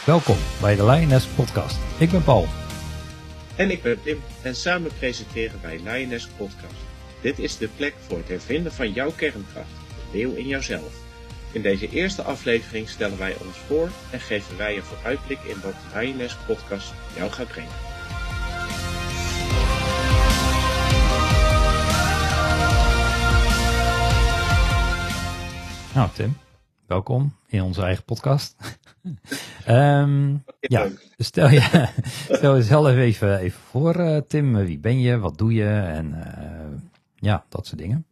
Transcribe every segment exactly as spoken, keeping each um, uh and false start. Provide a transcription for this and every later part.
Welkom bij de Lioness Podcast. Ik ben Paul. En ik ben Tim en samen presenteren wij Lioness Podcast. Dit is de plek voor het hervinden van jouw kernkracht, de leeuw in jouzelf. In deze eerste aflevering stellen wij ons voor en geven wij een vooruitblik in wat de Lioness Podcast jou gaat brengen. Nou Tim, welkom in onze eigen podcast. um, ja, stel, je, stel jezelf even, even voor uh, Tim. Wie ben je, wat doe je en uh, ja, dat soort dingen.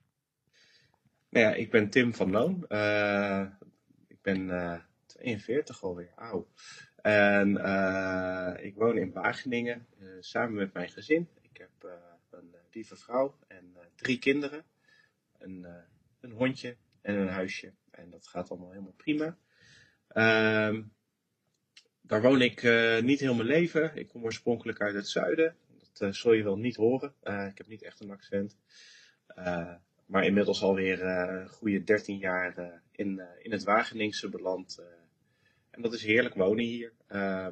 Nou ja, ik ben Tim van Loon. Uh, ik ben uh, tweeënveertig alweer, oud. En uh, ik woon in Wageningen uh, samen met mijn gezin. Ik heb uh, een lieve vrouw en uh, drie kinderen. Een, uh, een hondje en een huisje. En dat gaat allemaal helemaal prima. Uh, daar woon ik uh, niet heel mijn leven. Ik kom oorspronkelijk uit het zuiden. Dat uh, zul je wel niet horen. Uh, ik heb niet echt een accent. Uh, maar inmiddels alweer uh, een goede dertien jaar uh, in, uh, in het Wageningse beland. Uh, en dat is heerlijk wonen hier. Uh,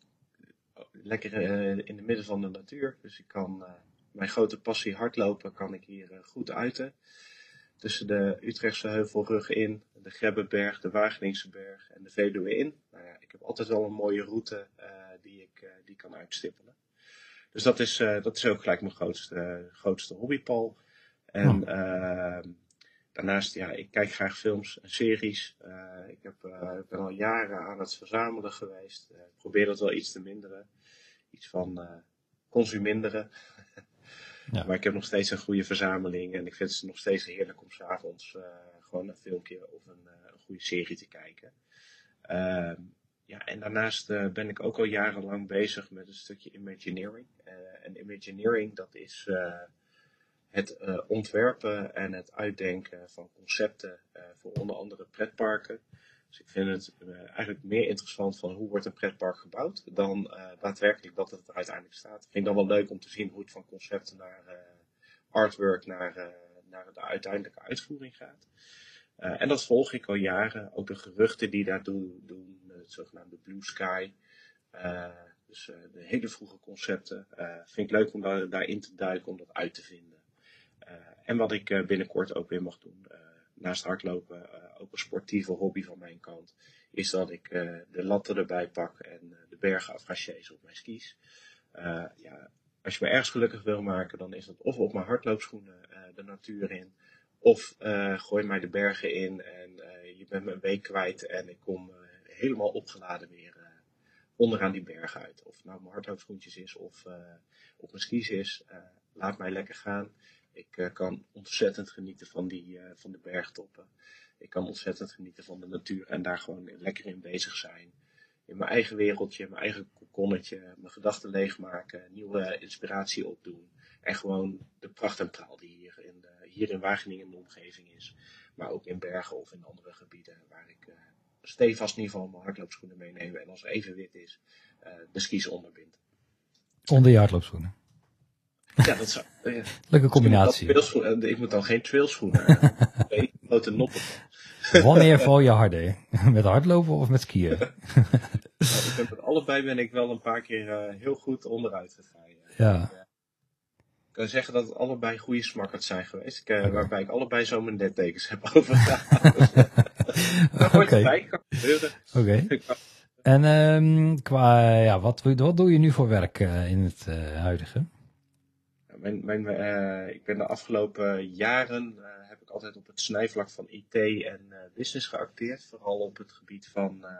lekker uh, in het midden van de natuur. Dus ik kan uh, mijn grote passie hardlopen kan ik hier uh, goed uiten. Tussen de Utrechtse Heuvelrug in, de Grebbeberg, de Wageningse berg en de Veluwe in. Nou ja, ik heb altijd wel een mooie route uh, die ik uh, die kan uitstippelen. Dus dat is, uh, dat is ook gelijk mijn grootste, uh, grootste hobby, Paul. En oh. uh, daarnaast, ja, ik kijk graag films en series. Uh, ik heb, uh, ik ben al jaren aan het verzamelen geweest. Uh, ik probeer dat wel iets te minderen. Iets van uh, consuminderen. Ja. Maar ik heb nog steeds een goede verzameling. En ik vind het nog steeds heerlijk om 's avonds uh, gewoon een filmpje of een, uh, een goede serie te kijken. Uh, ja, en daarnaast uh, ben ik ook al jarenlang bezig met een stukje Imagineering. Uh, en Imagineering, dat is uh, het uh, ontwerpen en het uitdenken van concepten uh, voor onder andere pretparken. Dus ik vind het uh, eigenlijk meer interessant van hoe wordt een pretpark gebouwd dan uh, daadwerkelijk dat het er uiteindelijk staat. Ik vind het dan wel leuk om te zien hoe het van concepten naar uh, artwork naar, uh, naar de uiteindelijke uitvoering gaat. Uh, en dat volg ik al jaren. Ook de geruchten die daar doen, doen het zogenaamde Blue Sky. Uh, dus uh, de hele vroege concepten. Uh, vind ik leuk om daar, daarin te duiken, om dat uit te vinden. Uh, en wat ik uh, binnenkort ook weer mag doen. Uh, naast hardlopen, uh, ook een sportieve hobby van mijn kant, is dat ik uh, de latten erbij pak en uh, de bergen af ga chasen op mijn skis. Uh, ja, als je me ergens gelukkig wil maken, dan is dat of op mijn hardloopschoenen uh, de natuur in, of uh, gooi mij de bergen in en uh, je bent me een week kwijt en ik kom uh, helemaal opgeladen weer uh, onderaan die bergen uit. Of het nou mijn hardloopschoentjes is of uh, op mijn skis is, uh, laat mij lekker gaan. Ik uh, kan ontzettend genieten van, die, uh, van de bergtoppen. Ik kan ontzettend genieten van de natuur en daar gewoon lekker in bezig zijn. In mijn eigen wereldje, mijn eigen kokonnetje, mijn gedachten leegmaken, nieuwe inspiratie opdoen. En gewoon de pracht en praal die hier in, de, hier in Wageningen in de omgeving is. Maar ook in bergen of in andere gebieden waar ik uh, stevast in ieder geval mijn hardloopschoenen meeneem. En als er even wit is, uh, de skis onderbind. Onder je hardloopschoenen? Ja, dat zou... Uh, Leuke combinatie. Ik, ik moet dan geen trailschoenen aan. Nee, grote noppen. Wanneer val je harder? Met hardlopen of met skiën? Nou, ik ben met allebei ben ik wel een paar keer uh, heel goed onderuit gegaan. Ja. Ik, uh, ik kan zeggen dat het allebei goede smakkers zijn geweest. Ik, uh, okay. Waarbij ik allebei zo mijn nettekens heb overgehaald. Dat wordt erbij, kan gebeuren. Oké. Okay. En um, qua, ja, wat, wat doe je nu voor werk uh, in het uh, huidige? Mijn, mijn, uh, ik ben de afgelopen jaren uh, heb ik altijd op het snijvlak van I T en uh, business geacteerd. Vooral op het gebied van, uh,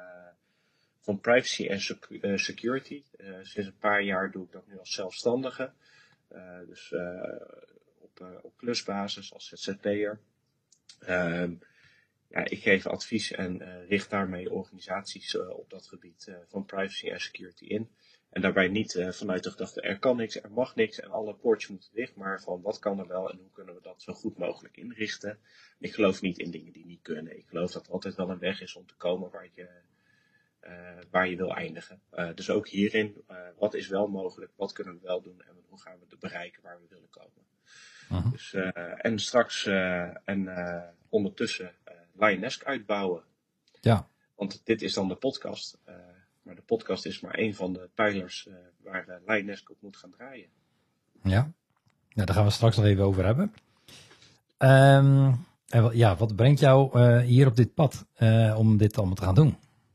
van privacy en secu- uh, security. Uh, sinds een paar jaar doe ik dat nu als zelfstandige. Uh, dus uh, op, uh, op klusbasis als Z Z P'er. Uh, ja, ik geef advies en uh, richt daarmee organisaties uh, op dat gebied uh, van privacy en security in. En daarbij niet uh, vanuit de gedachte, er kan niks, er mag niks en alle poortjes moeten dicht. Maar van wat kan er wel en hoe kunnen we dat zo goed mogelijk inrichten. Ik geloof niet in dingen die niet kunnen. Ik geloof dat er altijd wel een weg is om te komen waar je, uh, waar je wil eindigen. Uh, dus ook hierin, uh, wat is wel mogelijk, wat kunnen we wel doen en hoe gaan we het bereiken waar we willen komen. Uh-huh. Dus, uh, en straks uh, en uh, ondertussen uh, Lioness uitbouwen. Ja. Want dit is dan de podcast. Uh, podcast is maar een van de pijlers uh, waar uh, Lionesk op moet gaan draaien. Ja. ja, daar gaan we straks nog even over hebben. Um, en ja, wat brengt jou uh, hier op dit pad uh, om dit allemaal te gaan doen?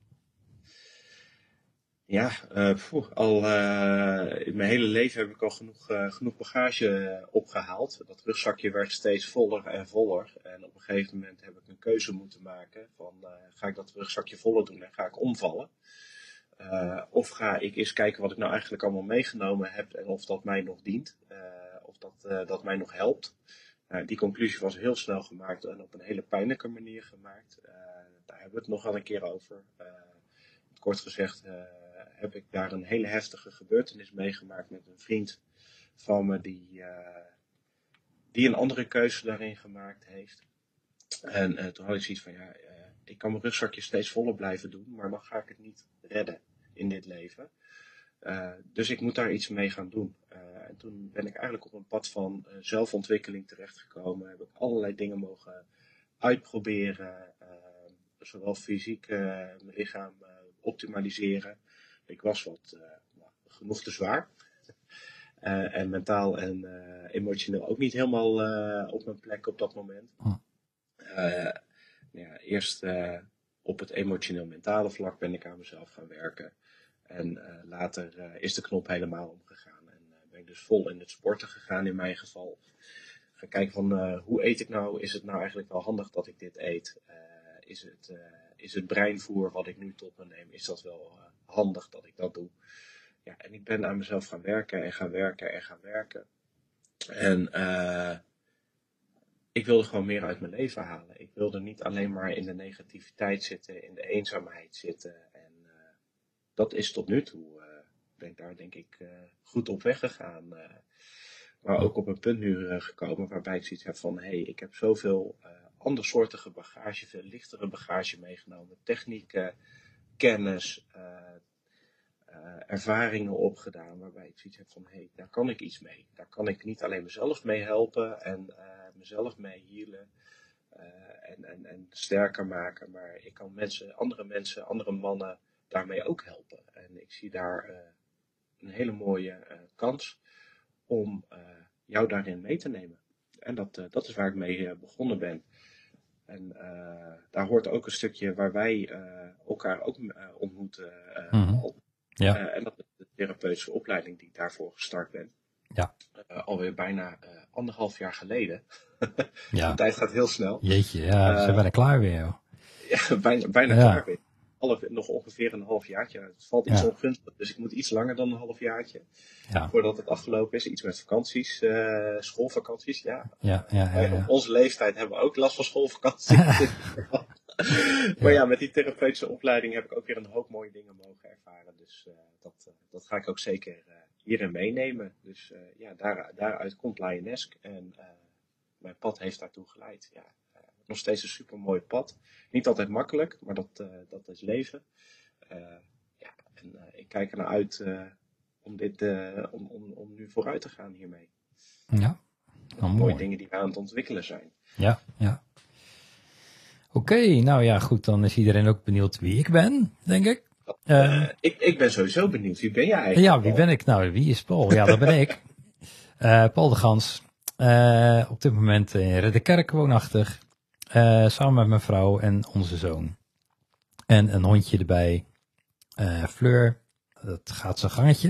Ja, uh, poeh, al uh, in mijn hele leven heb ik al genoeg, uh, genoeg bagage uh, opgehaald. Dat rugzakje werd steeds voller en voller. En op een gegeven moment heb ik een keuze moeten maken van uh, ga ik dat rugzakje voller doen en ga ik omvallen. Uh, of ga ik eens kijken wat ik nou eigenlijk allemaal meegenomen heb en of dat mij nog dient. Uh, of dat, uh, dat mij nog helpt. Uh, die conclusie was heel snel gemaakt en op een hele pijnlijke manier gemaakt. Uh, daar hebben we het nog wel een keer over. Uh, kort gezegd uh, heb ik daar een hele heftige gebeurtenis meegemaakt met een vriend van me die, uh, die een andere keuze daarin gemaakt heeft. En uh, toen had ik zoiets van ja, uh, ik kan mijn rugzakje steeds voller blijven doen, maar dan ga ik het niet redden in dit leven. Uh, dus ik moet daar iets mee gaan doen. Uh, en toen ben ik eigenlijk op een pad van uh, zelfontwikkeling terechtgekomen. Heb ik allerlei dingen mogen uitproberen. Uh, zowel fysiek uh, mijn lichaam uh, optimaliseren. Ik was wat uh, nou, genoeg te zwaar. Uh, en mentaal en uh, emotioneel ook niet helemaal uh, op mijn plek op dat moment. Uh, ja, eerst uh, op het emotioneel-mentale vlak ben ik aan mezelf gaan werken. En uh, later uh, is de knop helemaal omgegaan. En uh, ben ik dus vol in het sporten gegaan in mijn geval. Gaan kijken van uh, hoe eet ik nou? Is het nou eigenlijk wel handig dat ik dit eet? Uh, is, het, uh, is het breinvoer wat ik nu tot me neem, is dat wel uh, handig dat ik dat doe? Ja, en ik ben aan mezelf gaan werken en gaan werken en gaan werken. En uh, ik wilde gewoon meer uit mijn leven halen. Ik wilde niet alleen maar in de negativiteit zitten, in de eenzaamheid zitten. En uh, dat is tot nu toe, uh, ben ik daar denk ik uh, goed op weg gegaan. Uh, maar ook op een punt nu uh, gekomen waarbij ik zoiets heb van, hé, hey, ik heb zoveel uh, andersoortige bagage, veel lichtere bagage meegenomen. Technieken, kennis, uh, uh, ervaringen opgedaan waarbij ik zoiets heb van, hé, hey, daar kan ik iets mee. Daar kan ik niet alleen mezelf mee helpen en uh, mezelf mee healen uh, en, en, en sterker maken, maar ik kan mensen, andere mensen, andere mannen daarmee ook helpen. En ik zie daar uh, een hele mooie uh, kans om uh, jou daarin mee te nemen. En dat, uh, dat is waar ik mee uh, begonnen ben. En uh, daar hoort ook een stukje waar wij uh, elkaar ook uh, ontmoeten. Uh, mm-hmm. al. Ja. Uh, en dat is de therapeutische opleiding die ik daarvoor gestart ben. Ja. Uh, alweer bijna uh, anderhalf jaar geleden. Ja. De tijd gaat heel snel. Jeetje, ja, we zijn uh, bijna klaar weer. Joh. Ja, bijna, bijna ja. klaar weer. Half, nog ongeveer een half jaartje. Het valt iets ja. ongunstig, dus ik moet iets langer dan een half jaartje. Ja. Voordat het afgelopen is. Iets met vakanties, uh, schoolvakanties. Ja. Ja, ja, ja, ja. Op onze leeftijd hebben we ook last van schoolvakanties. Maar ja, met die therapeutische opleiding heb ik ook weer een hoop mooie dingen mogen ervaren. Dus uh, dat, uh, dat ga ik ook zeker uh, hierin meenemen. Dus uh, ja, daar, daaruit komt Lionesk. En uh, mijn pad heeft daartoe geleid. Ja, uh, nog steeds een super mooi pad. Niet altijd makkelijk, maar dat, uh, dat is leven. Uh, ja, en uh, ik kijk er naar uit uh, om, dit, uh, om, om, om nu vooruit te gaan hiermee. Ja, nou, mooie mooi. Dingen die we aan het ontwikkelen zijn. Ja, ja. Oké, okay, nou ja, goed. Dan is iedereen ook benieuwd wie ik ben, denk ik. Uh, uh, ik, ik ben sowieso benieuwd. Wie ben jij eigenlijk? Ja, wie ben ik? Nou, wie is Paul? Ja, dat ben ik. Uh, Paul de Gans. Uh, op dit moment in Ridderkerk woonachtig. Uh, samen met mijn vrouw en onze zoon. En een hondje erbij. Uh, Fleur. Dat gaat zijn gangetje.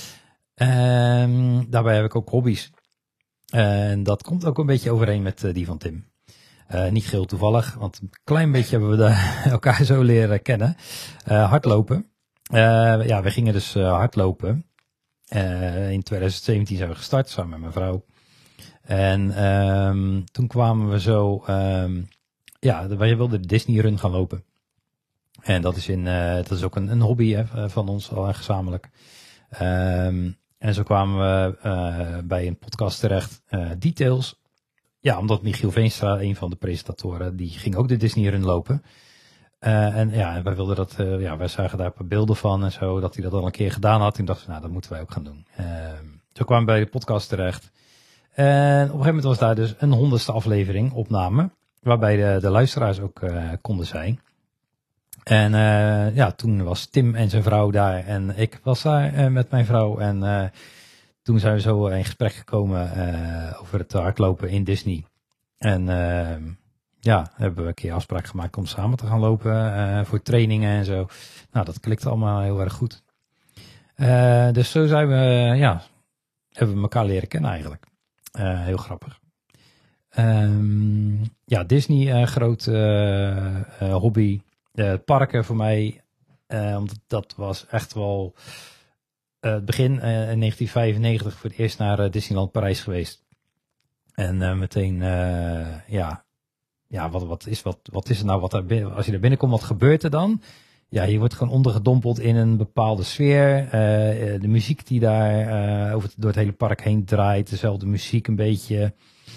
Uh, daarbij heb ik ook hobby's. Uh, en dat komt ook een beetje overeen met uh, die van Tim. Uh, niet geheel toevallig, want een klein beetje hebben we de, elkaar zo leren kennen. Uh, hardlopen. Uh, ja, we gingen dus uh, hardlopen. Uh, in twintig zeventien zijn we gestart, samen met mijn vrouw. En um, toen kwamen we zo... Um, ja, wij wilden de Disney Run gaan lopen. En dat is, in, uh, dat is ook een, een hobby hè, van ons, al gezamenlijk. Um, en zo kwamen we uh, bij een podcast terecht, uh, Details. Ja, omdat Michiel Veenstra, een van de presentatoren, die ging ook de Disney Run lopen. Uh, en ja, wij wilden dat, uh, ja, wij zagen daar een paar beelden van en zo, dat hij dat al een keer gedaan had. En dachten, nou, dat moeten wij ook gaan doen. Uh, zo kwamen we bij de podcast terecht. En op een gegeven moment was daar dus een honderdste aflevering, opname, waarbij de, de luisteraars ook uh, konden zijn. En uh, ja, toen was Tim en zijn vrouw daar en ik was daar uh, met mijn vrouw. En uh, toen zijn we zo in gesprek gekomen uh, over het hardlopen in Disney. En uh, ja, hebben we een keer afspraak gemaakt om samen te gaan lopen uh, voor trainingen en zo. Nou, dat klikt allemaal heel erg goed. Uh, dus zo zijn we, uh, ja, hebben we elkaar leren kennen eigenlijk. Uh, heel grappig. Um, ja, Disney, uh, groot uh, uh, hobby. Uh, parken voor mij, uh, omdat dat was echt wel uh, het begin uh, in negentien vijfennegentig voor het eerst naar uh, Disneyland Parijs geweest. En uh, meteen, uh, ja, ja wat, wat, is, wat, wat is er nou, wat er binnen, als je er binnenkomt, wat gebeurt er dan? Ja, je wordt gewoon ondergedompeld in een bepaalde sfeer. Uh, de muziek die daar uh, over het, door het hele park heen draait, dezelfde muziek een beetje.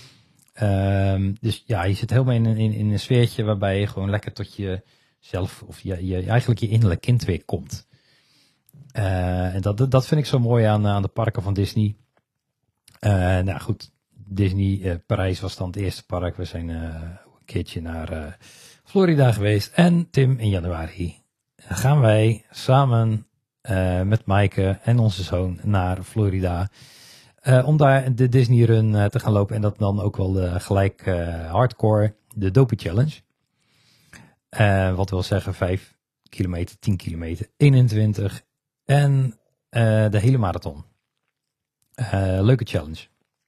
Um, dus ja, je zit helemaal in, in, in een sfeertje waarbij je gewoon lekker tot je zelf, of je, je, eigenlijk je innerlijk kind weer komt. Uh, en dat, dat vind ik zo mooi aan, aan de parken van Disney. Uh, nou goed, Disney uh, Parijs was dan het eerste park. We zijn uh, een keertje naar uh, Florida geweest. En Tim, in januari gaan wij samen uh, met Maaike en onze zoon naar Florida. Uh, om daar de Disney Run uh, te gaan lopen. En dat dan ook wel uh, gelijk uh, hardcore, de Dopey Challenge. Uh, wat wil zeggen vijf kilometer, tien kilometer, eenentwintig en uh, de hele marathon. Uh, leuke challenge.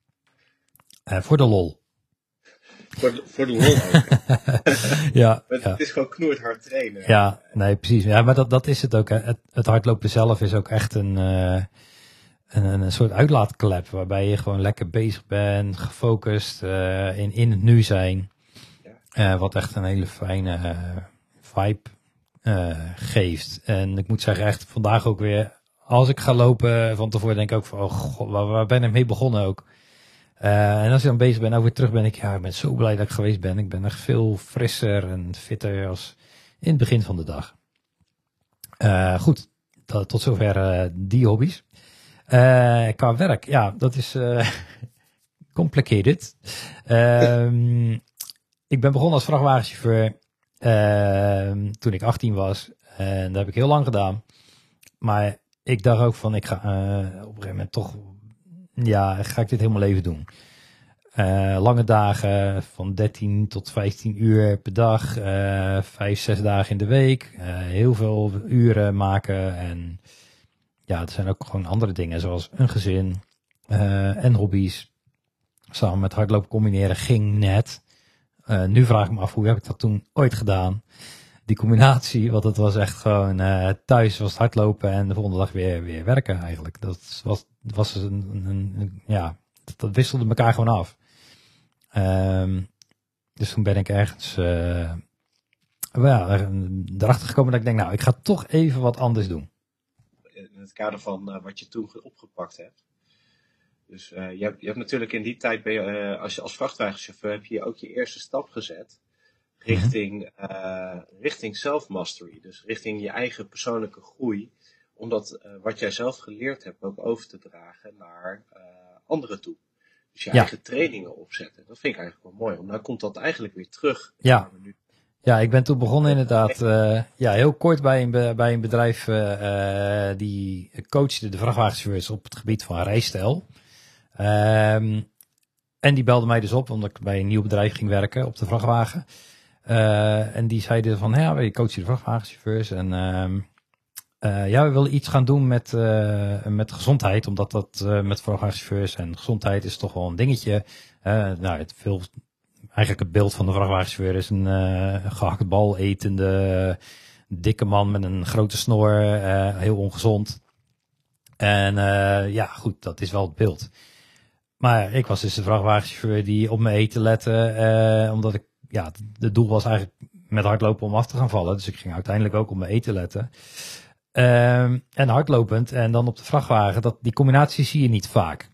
Uh, voor de lol. Voor de, voor de lol ook. Ja, het, ja. Het is gewoon knoerd hard trainen. Ja, nee, precies. Ja, maar dat, dat is het ook. Hè. Het, het hardlopen zelf is ook echt een, uh, een, een soort uitlaatklep. Waarbij je gewoon lekker bezig bent, gefocust, uh, in, in het nu zijn. Uh, wat echt een hele fijne uh, vibe uh, geeft. En ik moet zeggen, echt vandaag ook weer, als ik ga lopen, van tevoren denk ik ook van, oh god, waar, waar ben ik mee begonnen ook? Uh, en als ik dan bezig ben, nou weer terug ben ik, ja, ik ben zo blij dat ik geweest ben. Ik ben echt veel frisser en fitter als in het begin van de dag. Uh, goed, dat, tot zover uh, die hobby's. Uh, qua werk, ja, dat is uh, complicated. Uh, Ik ben begonnen als vrachtwagenchauffeur uh, toen ik achttien was. En dat heb ik heel lang gedaan. Maar ik dacht ook van, ik ga uh, op een gegeven moment toch, ja, ga ik dit helemaal leven doen. Uh, lange dagen van dertien tot vijftien uur per dag. Uh, vijf, zes dagen in de week. Uh, heel veel uren maken. En ja, er zijn ook gewoon andere dingen zoals een gezin uh, en hobby's. Samen met hardlopen combineren ging net. Uh, nu vraag ik me af, hoe heb ik dat toen ooit gedaan? Die combinatie, want het was echt gewoon uh, thuis was het hardlopen en de volgende dag weer, weer werken eigenlijk. Dat was, was een, een, een ja, dat, dat wisselde elkaar gewoon af. Um, dus toen ben ik ergens uh, well, erachter gekomen dat ik denk, nou, ik ga toch even wat anders doen. In het kader van uh, wat je toen opgepakt hebt. Dus uh, je, hebt, je hebt natuurlijk in die tijd, ben je, uh, als je als vrachtwagenchauffeur, heb je ook je eerste stap gezet richting, uh, richting self-mastery. Dus richting je eigen persoonlijke groei. Om dat uh, wat jij zelf geleerd hebt ook over te dragen naar uh, anderen toe. Dus je ja. eigen trainingen opzetten. Dat vind ik eigenlijk wel mooi. Want dan komt dat eigenlijk weer terug. Ja. Ja, ik ben toen begonnen inderdaad, uh, ja, heel kort bij een, bij een bedrijf uh, die coachte de vrachtwagenchauffeurs op het gebied van rijstijl. Um, en die belde mij dus op, omdat ik bij een nieuw bedrijf ging werken op de vrachtwagen. Uh, en die zeiden van, ja, we coachen de vrachtwagenchauffeurs. En uh, uh, ja, we willen iets gaan doen met, uh, met gezondheid. Omdat dat uh, met vrachtwagenchauffeurs en gezondheid is toch wel een dingetje. Uh, nou, het veel, eigenlijk het beeld van de vrachtwagenchauffeur is een uh, gehaktbal etende, dikke man met een grote snor, uh, heel ongezond. En uh, ja, goed, dat is wel het beeld. Maar ik was dus de vrachtwagenchauffeur die op mijn eten lette, uh, omdat ik, ja, het doel was eigenlijk met hardlopen om af te gaan vallen. Dus ik ging uiteindelijk ook op mijn eten letten. Um, en hardlopend en dan op de vrachtwagen, dat, die combinatie zie je niet vaak.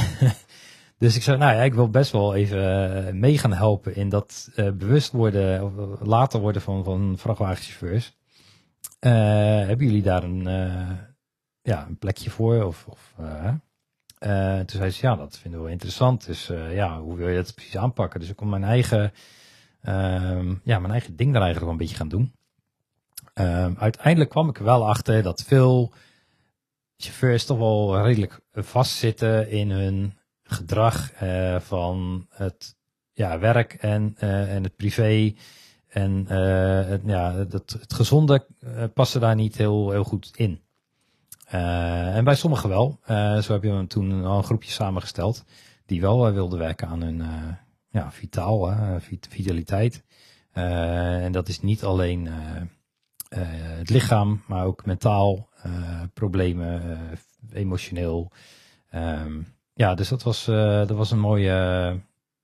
Dus ik zei, nou ja, ik wil best wel even mee gaan helpen in dat uh, bewust worden, of later worden van, van vrachtwagenchauffeurs. Uh, hebben jullie daar een, uh, ja, een plekje voor? Of, of uh, Uh, toen zei ze, ja, dat vinden we wel interessant. Dus uh, ja, hoe wil je dat precies aanpakken? Dus ik kon mijn eigen, uh, ja, mijn eigen ding daar eigenlijk wel een beetje gaan doen. Um, uiteindelijk kwam ik er wel achter dat veel chauffeurs toch wel redelijk vastzitten in hun gedrag uh, van het ja, werk en, uh, en het privé. En uh, het, ja, het, het gezonde uh, paste daar niet heel, heel goed in. Uh, en bij sommigen wel. Uh, zo heb je toen al een groepje samengesteld die wel uh, wilden werken aan hun uh, ja, vitaal, uh, vitaliteit. Uh, en dat is niet alleen uh, uh, het lichaam, maar ook mentaal uh, problemen, uh, emotioneel. Um, ja, dus dat was, uh, dat was een mooie,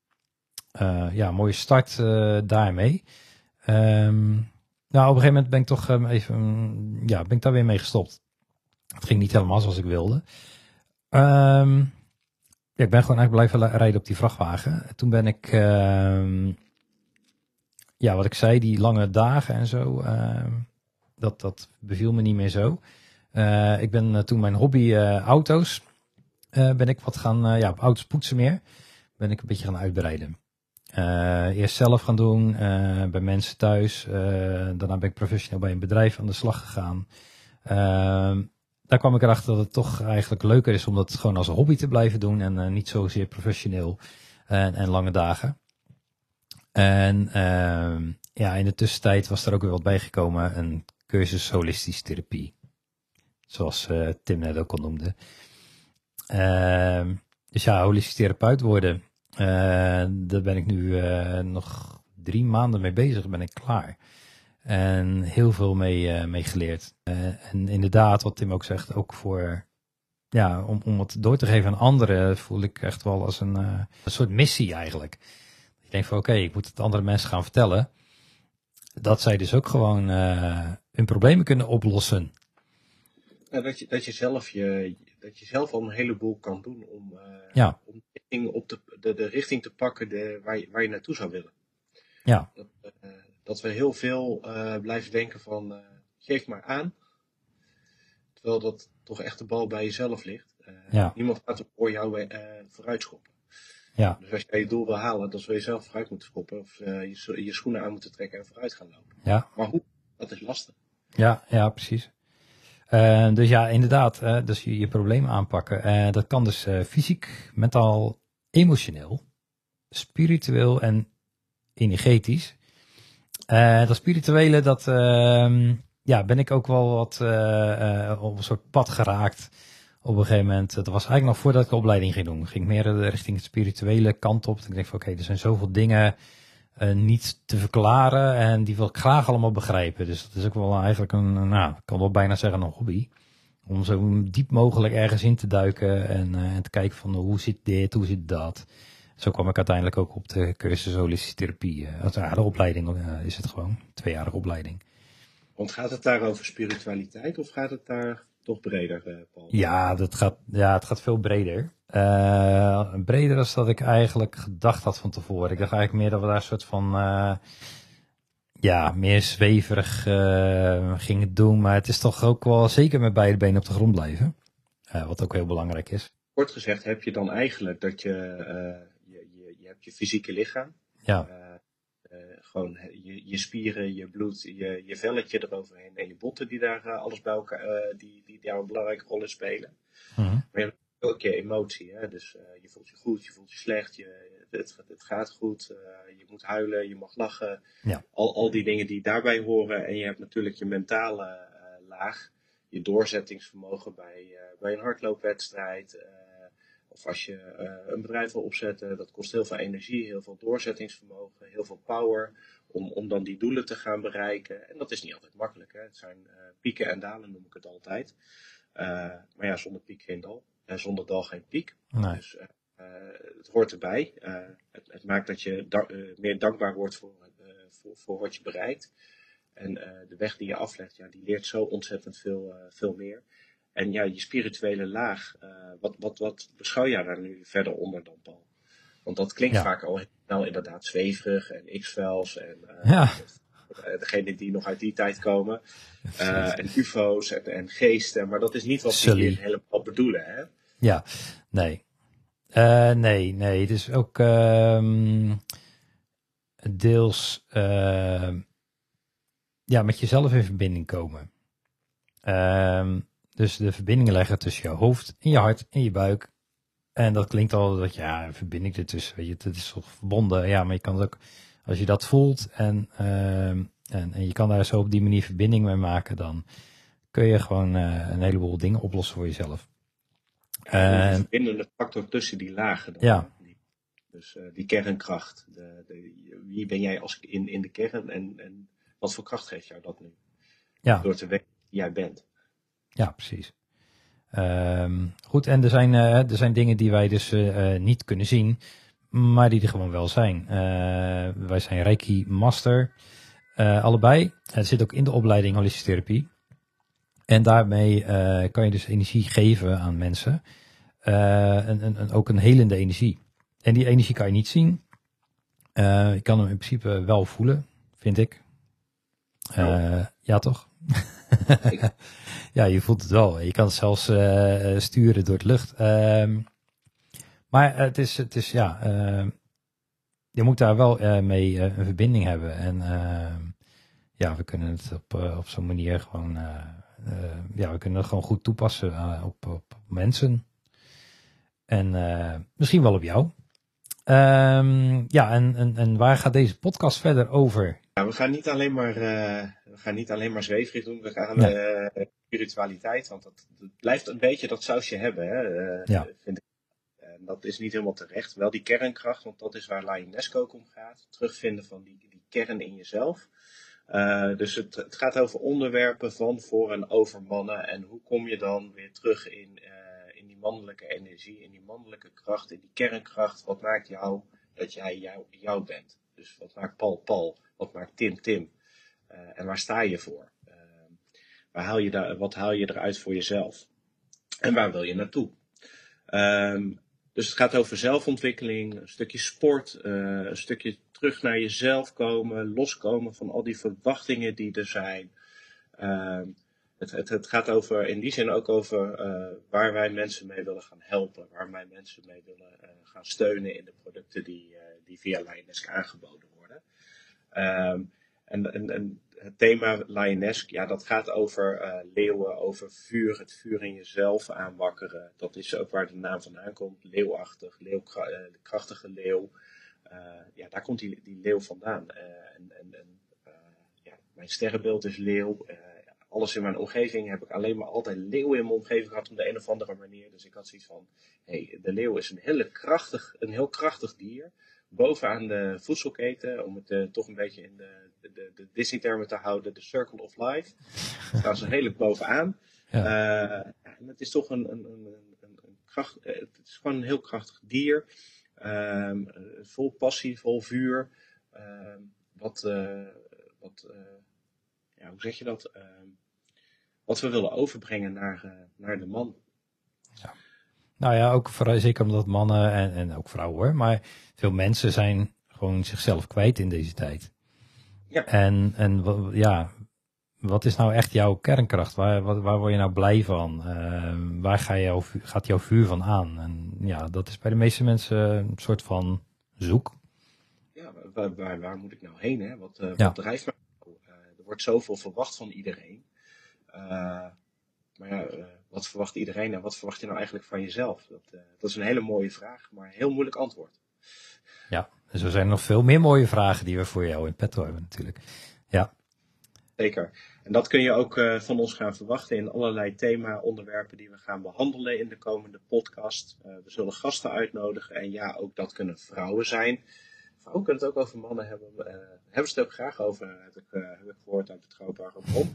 uh, ja, mooie start uh, daarmee. Um, nou, op een gegeven moment ben ik toch um, even, um, ja, ben ik daar weer mee gestopt. Het ging niet helemaal zoals ik wilde. Um, ja, ik ben gewoon eigenlijk blijven rijden op die vrachtwagen. Toen ben ik, um, ja, wat ik zei, die lange dagen en zo, um, dat, dat beviel me niet meer zo. Uh, ik ben uh, toen mijn hobby uh, auto's, uh, ben ik wat gaan, uh, ja, auto's poetsen meer, ben ik een beetje gaan uitbreiden. Uh, eerst zelf gaan doen, uh, bij mensen thuis. Uh, daarna ben ik professioneel bij een bedrijf aan de slag gegaan. Uh, daar kwam ik erachter dat het toch eigenlijk leuker is om dat gewoon als een hobby te blijven doen en uh, niet zozeer professioneel en, en lange dagen. En uh, ja, in de tussentijd was er ook weer wat bijgekomen, een cursus holistische therapie. Zoals uh, Tim net ook al noemde. Uh, dus ja, holistisch therapeut worden. Uh, daar ben ik nu uh, nog drie maanden mee bezig, ben ik klaar. En heel veel mee, uh, mee geleerd. Uh, en inderdaad, wat Tim ook zegt, ook voor, ja, om, om het door te geven aan anderen, voel ik echt wel als een, uh, een soort missie eigenlijk. Ik denk van oké, okay, ik moet het andere mensen gaan vertellen. Dat zij dus ook gewoon uh, hun problemen kunnen oplossen. Ja, dat, je, dat, je zelf je, dat je zelf al een heleboel kan doen om, uh, ja. om de, op de, de, de richting te pakken de, waar, je, waar je naartoe zou willen. Ja. Dat, uh, dat we heel veel uh, blijven denken van uh, geef maar aan. Terwijl dat toch echt de bal bij jezelf ligt. Uh, ja. Niemand gaat er voor jou uh, vooruit schoppen. Ja. Dus als jij je doel wil halen, dan zul je zelf vooruit moeten schoppen. Of uh, je, je schoenen aan moeten trekken en vooruit gaan lopen. Ja. Maar hoe? Dat is lastig. Ja, ja, precies. Uh, dus ja, inderdaad. Uh, dus je, je probleem aanpakken. Uh, dat kan dus uh, fysiek, mentaal, emotioneel, spiritueel en energetisch. Uh, dat spirituele, dat uh, ja, ben ik ook wel wat uh, uh, op een soort pad geraakt. Op een gegeven moment. Dat was eigenlijk nog voordat ik de opleiding ging doen. Ging meer richting het spirituele kant op. Ik denk van oké, okay, er zijn zoveel dingen uh, niet te verklaren. En die wil ik graag allemaal begrijpen. Dus dat is ook wel eigenlijk een, nou, ik kan wel bijna zeggen een hobby. Om zo diep mogelijk ergens in te duiken. En, uh, en te kijken van hoe zit dit, hoe zit dat. Zo kwam ik uiteindelijk ook op de cursus holistische therapie. Uh, de opleiding uh, is het gewoon. Tweejarige opleiding. Want gaat het daar over spiritualiteit of gaat het daar toch breder, uh, Paul? Ja, dat gaat, ja, het gaat veel breder. Uh, breder dan dat ik eigenlijk gedacht had van tevoren. Ik dacht eigenlijk meer dat we daar een soort van, uh, ja, meer zweverig uh, gingen doen. Maar het is toch ook wel zeker met beide benen op de grond blijven. Uh, wat ook heel belangrijk is. Kort gezegd heb je dan eigenlijk dat je, uh, je, je, je hebt je fysieke lichaam. Ja. Uh, Uh, gewoon je, je spieren, je bloed, je, je velletje eroverheen en je botten die daar uh, alles bij elkaar, uh, die, die daar een belangrijke rol in spelen. Mm-hmm. Maar je hebt ook je emotie, hè? Dus uh, je voelt je goed, je voelt je slecht, je, het, het gaat goed, uh, je moet huilen, je mag lachen. Ja. Al, al die dingen die daarbij horen. En je hebt natuurlijk je mentale uh, laag, je doorzettingsvermogen bij, uh, bij een hardloopwedstrijd. Uh, Of als je uh, een bedrijf wil opzetten, dat kost heel veel energie, heel veel doorzettingsvermogen, heel veel power om, om dan die doelen te gaan bereiken. En dat is niet altijd makkelijk. Hè? Het zijn uh, pieken en dalen, noem ik het altijd. Uh, maar ja, zonder piek geen dal. En zonder dal geen piek. Nee. Dus uh, uh, het hoort erbij. Uh, het, het maakt dat je da- uh, meer dankbaar wordt voor, uh, voor, voor wat je bereikt. En uh, de weg die je aflegt, ja, die leert zo ontzettend veel, uh, veel meer. En ja, je spirituele laag, uh, wat, wat, wat beschouw jij daar nu verder onder dan, Paul? Want dat klinkt ja. vaak al heel snel inderdaad zweverig en X-Files en uh, ja. degene die nog uit die tijd komen. Uh, en U F O's en, en geesten, maar dat is niet wat Sully. die hier helemaal bedoelen, hè? Ja, nee. Uh, nee, nee. Het is ook uh, deels... Uh, ja, met jezelf in verbinding komen. Um, dus de verbindingen leggen tussen jouw hoofd en je hart en je buik. En dat klinkt al dat ja, een verbinding ertussen, weet je, het is toch verbonden. Ja, maar je kan het ook, als je dat voelt en, um, en, en je kan daar zo op die manier verbinding mee maken, dan kun je gewoon uh, een heleboel dingen oplossen voor jezelf. Ja, de verbindende factor tussen die lagen dan. Ja. Die, dus uh, die kernkracht. De, de, wie ben jij als in, in de kern en, en wat voor kracht geeft jou dat nu? Ja. Door te weten wie jij bent. Ja, precies. Um, goed, en er zijn, uh, er zijn dingen die wij dus uh, niet kunnen zien, maar die er gewoon wel zijn. Uh, wij zijn Reiki Master, uh, allebei. Het zit ook in de opleiding holistische therapie. En daarmee uh, kan je dus energie geven aan mensen. Uh, en, en, en ook een helende energie. En die energie kan je niet zien. Uh, je kan hem in principe wel voelen, vind ik. Uh, oh. Ja, toch? Ja, je voelt het wel. Je kan het zelfs uh, sturen door de lucht. Uh, maar het is, het is ja, uh, je moet daar wel uh, mee uh, een verbinding hebben. En uh, ja, we kunnen het op, uh, op zo'n manier gewoon, uh, uh, ja, we kunnen het gewoon goed toepassen uh, op, op mensen. En uh, misschien wel op jou. Um, ja, en, en, en waar gaat deze podcast verder over? Ja, we gaan niet alleen maar, uh, we gaan niet alleen maar zweverig doen. We gaan nee. uh, spiritualiteit, want dat, dat blijft een beetje dat sausje hebben, hè, uh, ja. vind ik. En dat is niet helemaal terecht. Wel die kernkracht, want dat is waar Lionesco ook om gaat. Terugvinden van die, die kern in jezelf. Uh, dus het, het gaat over onderwerpen van, voor en over mannen. En hoe kom je dan weer terug in, uh, in die mannelijke energie, in die mannelijke kracht, in die kernkracht. Wat maakt jou dat jij jou, jou bent? Dus wat maakt Paul Paul? Wat maakt Tim Tim? Uh, en waar sta je voor? Uh, waar haal je daar, wat haal je eruit voor jezelf? En waar wil je naartoe? Um, dus het gaat over zelfontwikkeling, een stukje sport, uh, een stukje terug naar jezelf komen, loskomen van al die verwachtingen die er zijn. Uh, het, het, het gaat over, in die zin ook over uh, waar wij mensen mee willen gaan helpen, waar wij mensen mee willen uh, gaan steunen in de producten die, uh, die via Lionesque aangeboden worden. Um, en, en, en het thema Lionesque, ja, dat gaat over uh, leeuwen, over vuur, het vuur in jezelf aanwakkeren. Dat is ook waar de naam vandaan komt, leeuwachtig, leeuw, uh, de krachtige leeuw. Uh, ja, daar komt die, die leeuw vandaan. Uh, en, en, en, uh, ja, mijn sterrenbeeld is leeuw. Uh, alles in mijn omgeving heb ik alleen maar altijd leeuwen in mijn omgeving gehad op de een of andere manier. Dus ik had zoiets van, hey, de leeuw is een, hele krachtig, een heel krachtig dier. Bovenaan de voedselketen, om het uh, toch een beetje in de, de, de Disney-termen te houden, de Circle of Life. Daar staan ze redelijk bovenaan. Ja. Uh, en het is toch een, een, een, een, een kracht, uh, het is gewoon een heel krachtig dier. Um, vol passie, vol vuur. Um, wat, uh, wat uh, ja, hoe zeg je dat? Um, wat we willen overbrengen naar, uh, naar de man. Ja. Nou ja, ook voor, zeker omdat mannen en, en ook vrouwen hoor, maar veel mensen zijn gewoon zichzelf kwijt in deze tijd. Ja. En, en ja, wat is nou echt jouw kernkracht? Waar, waar, waar word je nou blij van? Uh, waar ga jou, gaat jouw vuur van aan? En ja, dat is bij de meeste mensen een soort van zoek. Ja, waar, waar, waar moet ik nou heen? Hè? Wat, uh, ja. wat drijft mij nou? Uh, er wordt zoveel verwacht van iedereen. Uh, maar ja, uh, wat verwacht iedereen en wat verwacht je nou eigenlijk van jezelf? Dat, uh, dat is een hele mooie vraag, maar een heel moeilijk antwoord. Ja, dus er zijn nog veel meer mooie vragen die we voor jou in petto hebben natuurlijk. Ja. Zeker. En dat kun je ook uh, van ons gaan verwachten in allerlei thema-onderwerpen die we gaan behandelen in de komende podcast. Uh, we zullen gasten uitnodigen en ja, ook dat kunnen vrouwen zijn. Vrouwen kunnen het ook over mannen hebben. Uh, hebben ze het ook graag over, heb ik, uh, heb ik gehoord uit Betrouwbare Bron.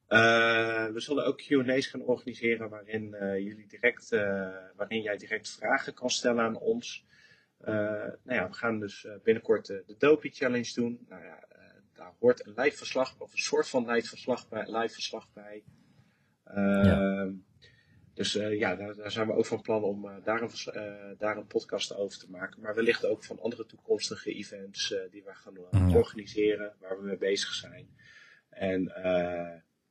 Uh, we zullen ook Q en A's gaan organiseren waarin, uh, jullie direct, uh, waarin jij direct vragen kan stellen aan ons. Uh, nou ja, we gaan dus uh, binnenkort uh, de Dopey Challenge doen. Nou ja, uh, daar hoort een live verslag, of een soort van live verslag bij. Live verslag bij. Uh, ja. Dus uh, ja, daar, daar zijn we ook van plan om uh, daar, een, uh, daar een podcast over te maken. Maar wellicht ook van andere toekomstige events uh, die we gaan uh, ja. organiseren, waar we mee bezig zijn. En uh,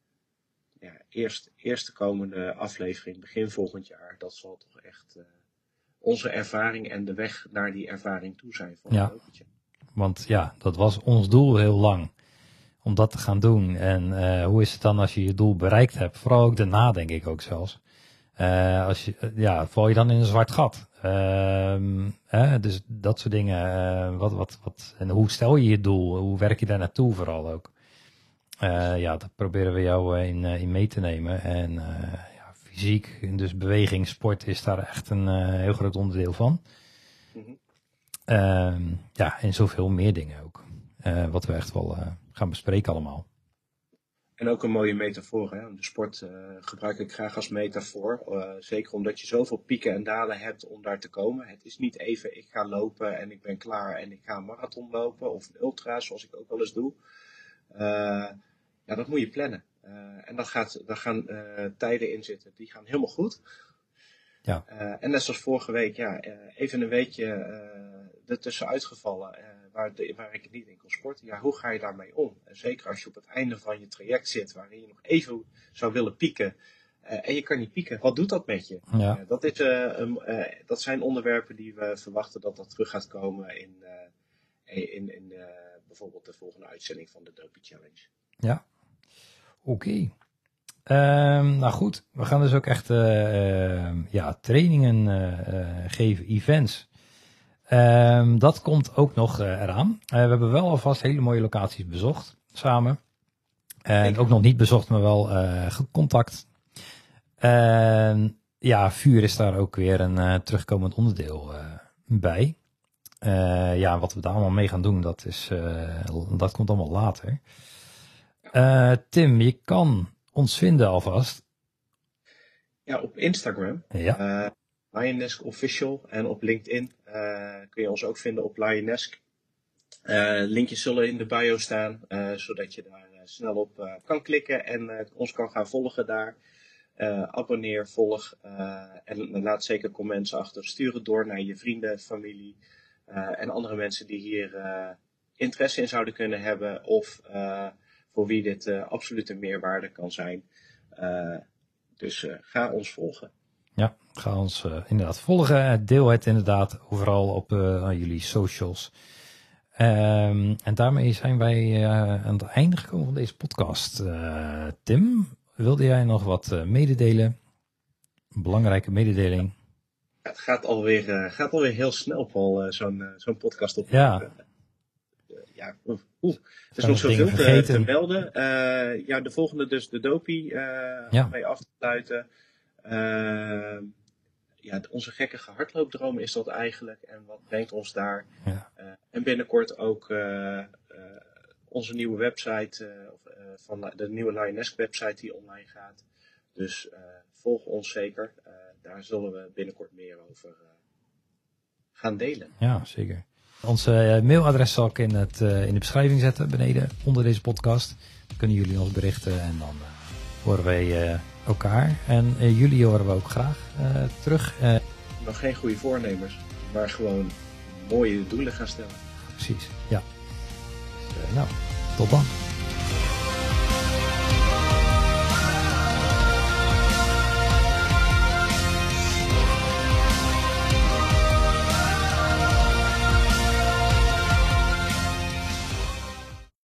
ja, eerst, eerst de komende aflevering, begin volgend jaar, dat zal toch echt uh, onze ervaring en de weg naar die ervaring toe zijn van ja. het Dopey Challenge. Want ja, dat was ons doel heel lang. om dat te gaan doen. En uh, hoe is het dan als je je doel bereikt hebt? Vooral ook daarna, denk ik ook zelfs. Uh, als je, ja, val je dan in een zwart gat? Uh, uh, dus dat soort dingen. Uh, wat, wat, wat, en hoe stel je je doel? Hoe werk je daar naartoe vooral ook? Uh, ja, dat proberen we jou in, uh, in mee te nemen. En uh, ja, fysiek, dus beweging, sport is daar echt een uh, heel groot onderdeel van. Mm-hmm. Uh, ja, en zoveel meer dingen ook. Uh, wat we echt wel uh, gaan bespreken allemaal. En ook een mooie metafoor. Hè? De sport uh, gebruik ik graag als metafoor. Uh, zeker omdat je zoveel pieken en dalen hebt om daar te komen. Het is niet even, ik ga lopen en ik ben klaar en ik ga een marathon lopen. Of een ultra, zoals ik ook wel eens doe. Uh, ja, dat moet je plannen. Uh, en daar, gaat, daar gaan uh, tijden in zitten. Die gaan helemaal goed. Ja. Uh, en net zoals vorige week, ja, uh, even een weekje uh, ertussen uitgevallen. Uh, Waar, de, waar ik het niet in kon sporten. Ja, hoe ga je daarmee om? En zeker als je op het einde van je traject zit, waarin je nog even zou willen pieken. Uh, en je kan niet pieken. Wat doet dat met je? Ja. Uh, dat, is, uh, um, uh, dat zijn onderwerpen die we verwachten dat dat terug gaat komen in, uh, in, in uh, bijvoorbeeld de volgende uitzending van de Dopey Challenge. Ja, oké. Okay. Um, nou goed, we gaan dus ook echt uh, uh, ja, trainingen uh, uh, geven, events. Um, dat komt ook nog uh, eraan. Uh, we hebben wel alvast hele mooie locaties bezocht samen. En ook nog niet bezocht, maar wel uh, gecontact. Uh, ja, vuur is daar ook weer een uh, terugkomend onderdeel uh, bij. Uh, ja, wat we daar allemaal mee gaan doen, dat, is, uh, dat komt allemaal later. Uh, Tim, je kan ons vinden alvast. Ja, op Instagram. Ja. Uh, Lionesk Official en op LinkedIn uh, kun je ons ook vinden op Lionesk. Uh, linkjes zullen in de bio staan, uh, zodat je daar uh, snel op uh, kan klikken en uh, ons kan gaan volgen daar. Uh, abonneer, volg uh, en laat zeker comments achter. Stuur het door naar je vrienden, familie uh, en andere mensen die hier uh, interesse in zouden kunnen hebben of uh, voor wie dit uh, absoluut een meerwaarde kan zijn. Uh, dus uh, ga ons volgen. Ja, ga ons uh, inderdaad volgen. Deel het inderdaad overal op uh, jullie socials. Um, en daarmee zijn wij uh, aan het einde gekomen van deze podcast. Uh, Tim, wilde jij nog wat uh, mededelen? Een belangrijke mededeling. Het gaat alweer, uh, gaat alweer heel snel, Paul, uh, zo'n, uh, zo'n podcast op. Ja. Uh, uh, ja, oeh, oeh. Er is nog zoveel te, te melden. Uh, ja, de volgende dus de Dopey, uh, ja. om mee af te sluiten. Uh, ja, onze gekkige hardloopdroom is dat eigenlijk. En wat brengt ons daar? Ja. Uh, en binnenkort ook uh, uh, onze nieuwe website, uh, of, uh, van de nieuwe Lionesk website die online gaat. Dus uh, volg ons zeker. Uh, daar zullen we binnenkort meer over uh, gaan delen. Ja, zeker. Onze uh, mailadres zal ik in, het, uh, in de beschrijving zetten, beneden, onder deze podcast. Dan kunnen jullie ons berichten en dan uh, horen wij uh, elkaar. En uh, jullie horen we ook graag uh, terug. Uh, Nog geen goede voornemens, maar gewoon mooie doelen gaan stellen. Precies, ja. Dus, uh, nou, tot dan.